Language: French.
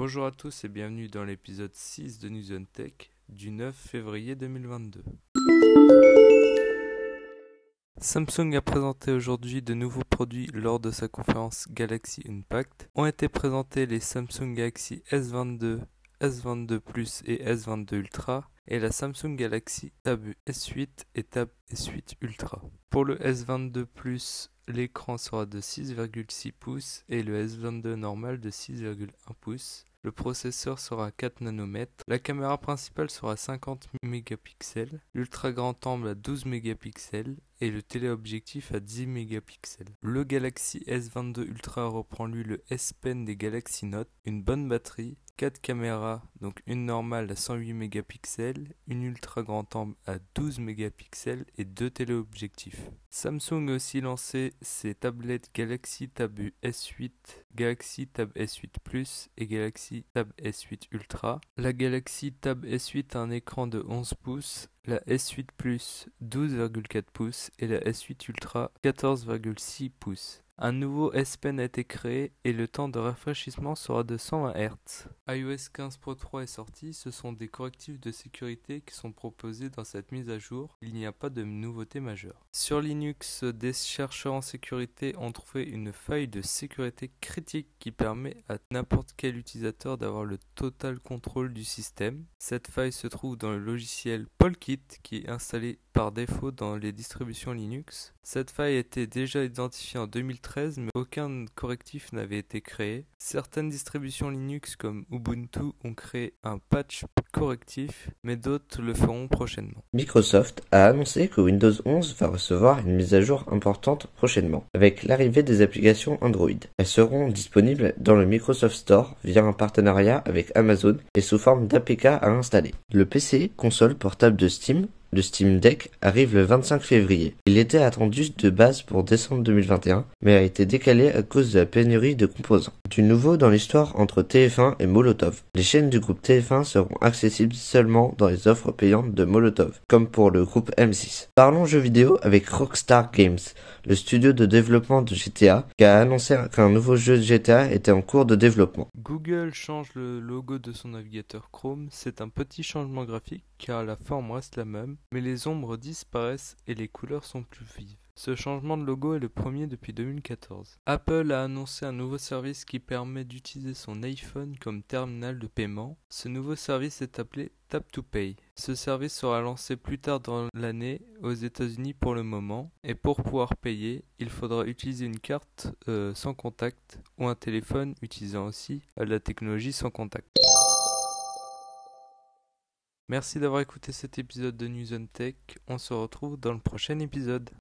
Bonjour à tous et bienvenue dans l'épisode 6 de News on Tech du 9 février 2022. Samsung a présenté aujourd'hui de nouveaux produits lors de sa conférence Galaxy Unpacked. Ont été présentés les Samsung Galaxy S22, S22 Plus et S22 Ultra et la Samsung Galaxy Tab S8 et Tab S8 Ultra. Pour le S22 Plus, l'écran sera de 6,6 pouces et le S22 normal de 6,1 pouces. Le processeur sera 4 nanomètres. La caméra principale sera 50 mégapixels, l'ultra grand angle à 12 mégapixels et le téléobjectif à 10 mégapixels. Le Galaxy S22 Ultra reprend lui le S Pen des Galaxy Note, une bonne batterie, 4 caméras, donc une normale à 108 mégapixels, une ultra grand angle à 12 mégapixels et 2 téléobjectifs. Samsung a aussi lancé ses tablettes Galaxy Tab S8, Galaxy Tab S8 Plus et Galaxy Tab S8 Ultra. La Galaxy Tab S8 a un écran de 11 pouces, la S8 Plus 12,4 pouces et la S8 Ultra 14,6 pouces. Un nouveau S Pen a été créé et le temps de rafraîchissement sera de 120 Hz. iOS 15 Pro 3 est sorti, ce sont des correctifs de sécurité qui sont proposés dans cette mise à jour. Il n'y a pas de nouveauté majeure. Sur Linux, des chercheurs en sécurité ont trouvé une faille de sécurité critique qui permet à n'importe quel utilisateur d'avoir le total contrôle du système. Cette faille se trouve dans le logiciel Polkit qui est installé par défaut dans les distributions Linux. Cette faille était déjà identifiée en 2013 mais aucun correctif n'avait été créé. Certaines distributions Linux comme Ubuntu ont créé un patch correctif mais d'autres le feront prochainement. Microsoft a annoncé que Windows 11 va recevoir une mise à jour importante prochainement, avec l'arrivée des applications Android. Elles seront disponibles dans le Microsoft Store via un partenariat avec Amazon et sous forme d'APK à installer. Le PC, console portable de Steam, le Steam Deck arrive le 25 février. Il était attendu de base pour décembre 2021, mais a été décalé à cause de la pénurie de composants. Du nouveau dans l'histoire entre TF1 et Molotov. Les chaînes du groupe TF1 seront accessibles seulement dans les offres payantes de Molotov, comme pour le groupe M6. Parlons jeux vidéo avec Rockstar Games, le studio de développement de GTA, qui a annoncé qu'un nouveau jeu de GTA était en cours de développement. Google change le logo de son navigateur Chrome. C'est un petit changement graphique car la forme reste la même, mais les ombres disparaissent et les couleurs sont plus vives. Ce changement de logo est le premier depuis 2014. Apple a annoncé un nouveau service qui permet d'utiliser son iPhone comme terminal de paiement. Ce nouveau service est appelé Tap to Pay. Ce service sera lancé plus tard dans l'année aux États-Unis pour le moment. Et pour pouvoir payer, il faudra utiliser une carte sans contact ou un téléphone utilisant aussi la technologie sans contact. Merci d'avoir écouté cet épisode de News on Tech. On se retrouve dans le prochain épisode.